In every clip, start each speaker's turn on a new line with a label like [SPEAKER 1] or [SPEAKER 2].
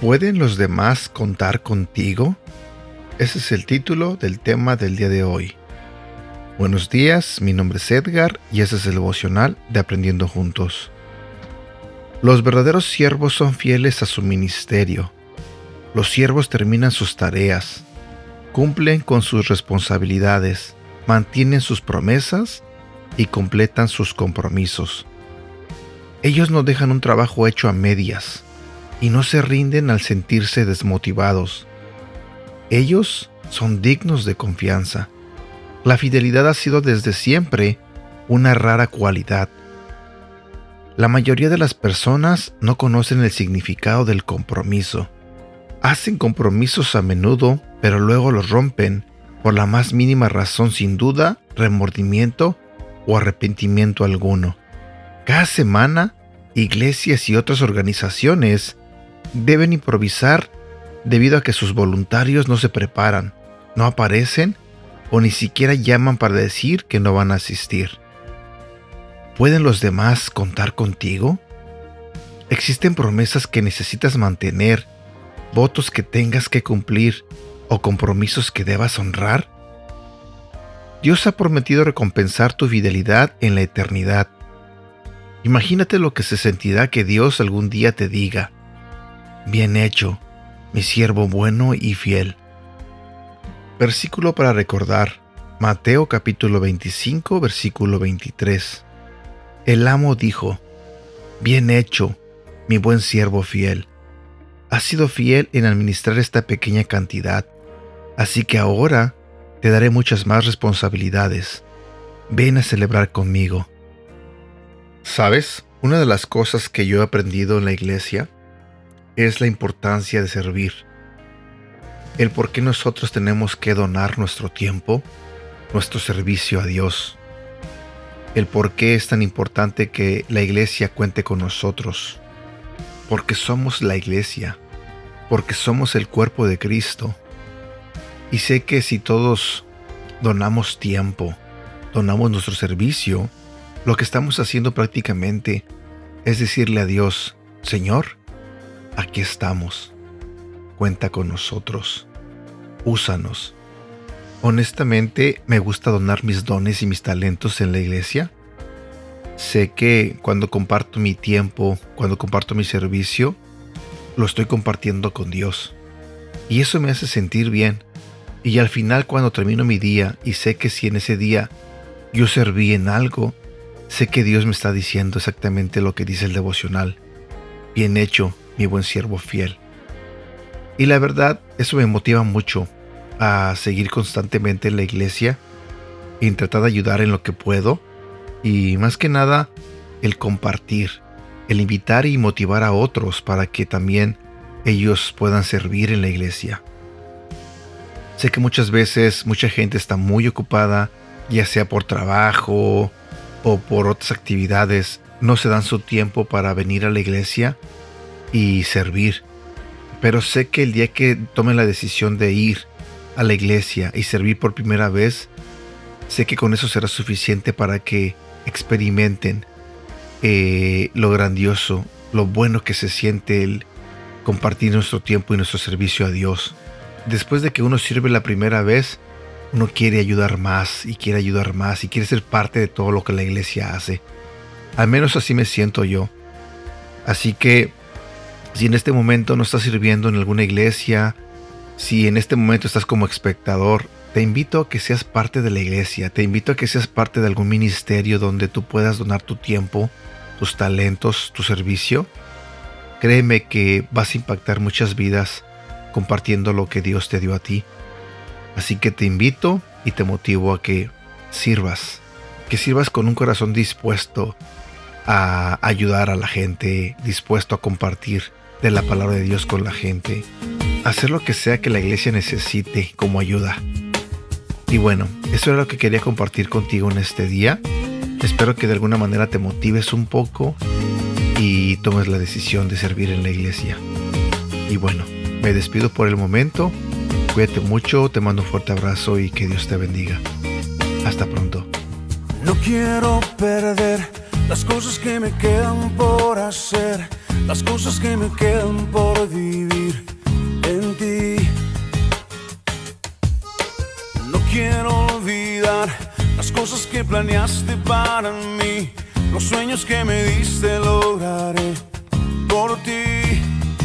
[SPEAKER 1] ¿Pueden los demás contar contigo? Ese es el título del tema del día de hoy. Buenos días, mi nombre es Edgar y ese es el devocional de Aprendiendo Juntos. Los verdaderos siervos son fieles a su ministerio. Los siervos terminan sus tareas, cumplen con sus responsabilidades, mantienen sus promesas y completan sus compromisos. Ellos no dejan un trabajo hecho a medias y no se rinden al sentirse desmotivados. Ellos son dignos de confianza. La fidelidad ha sido desde siempre una rara cualidad. La mayoría de las personas no conocen el significado del compromiso. Hacen compromisos a menudo, pero luego los rompen por la más mínima razón, sin duda, remordimiento o arrepentimiento alguno. Cada semana, iglesias y otras organizaciones deben improvisar debido a que sus voluntarios no se preparan, no aparecen o ni siquiera llaman para decir que no van a asistir. ¿Pueden los demás contar contigo? ¿Existen promesas que necesitas mantener, votos que tengas que cumplir o compromisos que debas honrar? Dios ha prometido recompensar tu fidelidad en la eternidad. Imagínate lo que se sentirá que Dios algún día te diga: bien hecho, mi siervo bueno y fiel. Versículo para recordar: Mateo capítulo 25, versículo 23. El amo dijo: bien hecho, mi buen siervo fiel. Has sido fiel en administrar esta pequeña cantidad, así que ahora te daré muchas más responsabilidades. Ven a celebrar conmigo. ¿Sabes? Una de las cosas que yo he aprendido en la iglesia es la importancia de servir. El por qué nosotros tenemos que donar nuestro tiempo, nuestro servicio a Dios. El por qué es tan importante que la iglesia cuente con nosotros. Porque somos la iglesia. Porque somos el cuerpo de Cristo. Y sé que si todos donamos tiempo, donamos nuestro servicio, lo que estamos haciendo prácticamente es decirle a Dios: Señor, aquí estamos. Cuenta con nosotros. Úsanos. Honestamente, me gusta donar mis dones y mis talentos en la iglesia. Sé que cuando comparto mi tiempo, cuando comparto mi servicio, lo estoy compartiendo con Dios. Y eso me hace sentir bien. Y al final, cuando termino mi día y sé que si en ese día yo serví en algo, sé que Dios me está diciendo exactamente lo que dice el devocional: bien hecho, mi buen siervo fiel. Y la verdad, eso me motiva mucho a seguir constantemente en la iglesia y en tratar de ayudar en lo que puedo. Y más que nada, el compartir, el invitar y motivar a otros para que también ellos puedan servir en la iglesia. Sé que muchas veces mucha gente está muy ocupada, ya sea por trabajo o por otras actividades, no se dan su tiempo para venir a la iglesia y servir. Pero sé que el día que tomen la decisión de ir a la iglesia y servir por primera vez, sé que con eso será suficiente para que experimenten lo grandioso, lo bueno que se siente el compartir nuestro tiempo y nuestro servicio a Dios. Después de que uno sirve la primera vez, uno quiere ayudar más y quiere ayudar más y quiere ser parte de todo lo que la iglesia hace. Al menos así me siento yo. Así que si en este momento no estás sirviendo en alguna iglesia, si en este momento estás como espectador, te invito a que seas parte de la iglesia, te invito a que seas parte de algún ministerio donde tú puedas donar tu tiempo, tus talentos, tu servicio. Créeme que vas a impactar muchas vidas compartiendo lo que Dios te dio a ti. Así que te invito y te motivo a que sirvas con un corazón dispuesto a ayudar a la gente, dispuesto a compartir de la palabra de Dios con la gente, hacer lo que sea que la iglesia necesite como ayuda. Y bueno, eso era lo que quería compartir contigo en este día. Espero que de alguna manera te motives un poco y tomes la decisión de servir en la iglesia. Y bueno, me despido por el momento. Cuídate mucho, te mando un fuerte abrazo y que Dios te bendiga. Hasta pronto.
[SPEAKER 2] No quiero perder las cosas que me quedan por hacer. las cosas que me quedan por vivir en ti. No quiero olvidar las cosas que planeaste para mí, los sueños que me diste lograré por ti.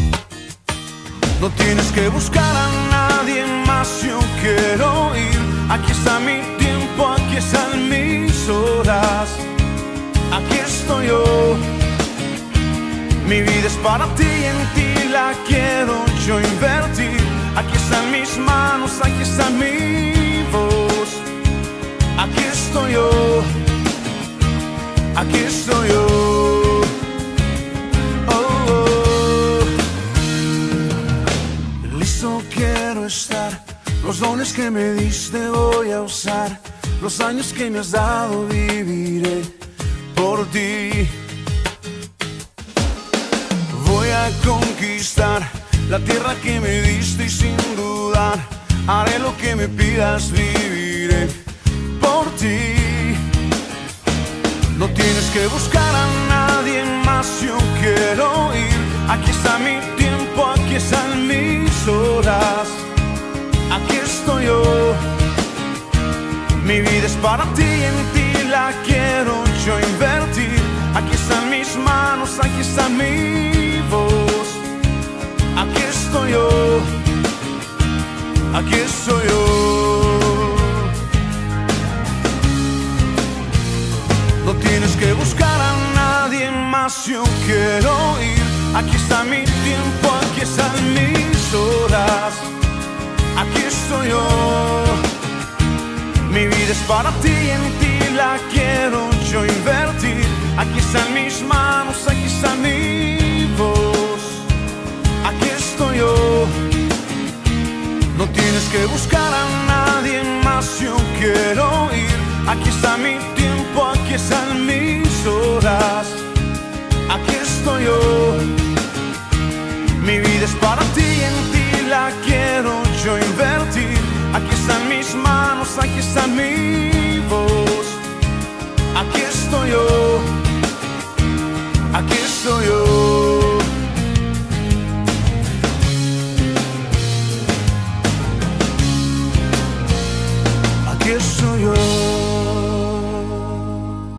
[SPEAKER 2] No tienes que buscar a nadie más, yo quiero ir. Aquí está mi tiempo, aquí están mis horas, aquí estoy yo. Mi vida es para ti y en ti la quiero yo invertir. Aquí están mis manos, aquí está mi voz, aquí estoy yo, aquí estoy yo. Oh, oh. Listo quiero estar, los dones que me diste voy a usar, los años que me has dado viviré por ti. Voy a conquistar la tierra que me diste y sin dudar haré lo que me pidas, viviré por ti. No tienes que buscar a nadie más, yo quiero ir. Aquí está mi tiempo, aquí están mis horas, aquí estoy yo. Mi vida es para ti y en ti la quiero yo invertir. Aquí están mis manos, aquí está mi voz, aquí estoy yo, aquí estoy yo. No tienes que buscar a nadie más, yo quiero ir. Aquí está mi tiempo, aquí están mis horas, aquí estoy yo. Mi vida es para ti y en ti la quiero yo invertir. Aquí están mis manos, aquí está mi voz, aquí estoy yo. No tienes que buscar a nadie más, yo quiero ir. Aquí está mi tiempo, aquí están mis horas, aquí estoy yo. Mi vida es para ti y en ti la quiero yo invertir. Aquí están mis manos, aquí está mi voz, aquí estoy yo, aquí estoy yo.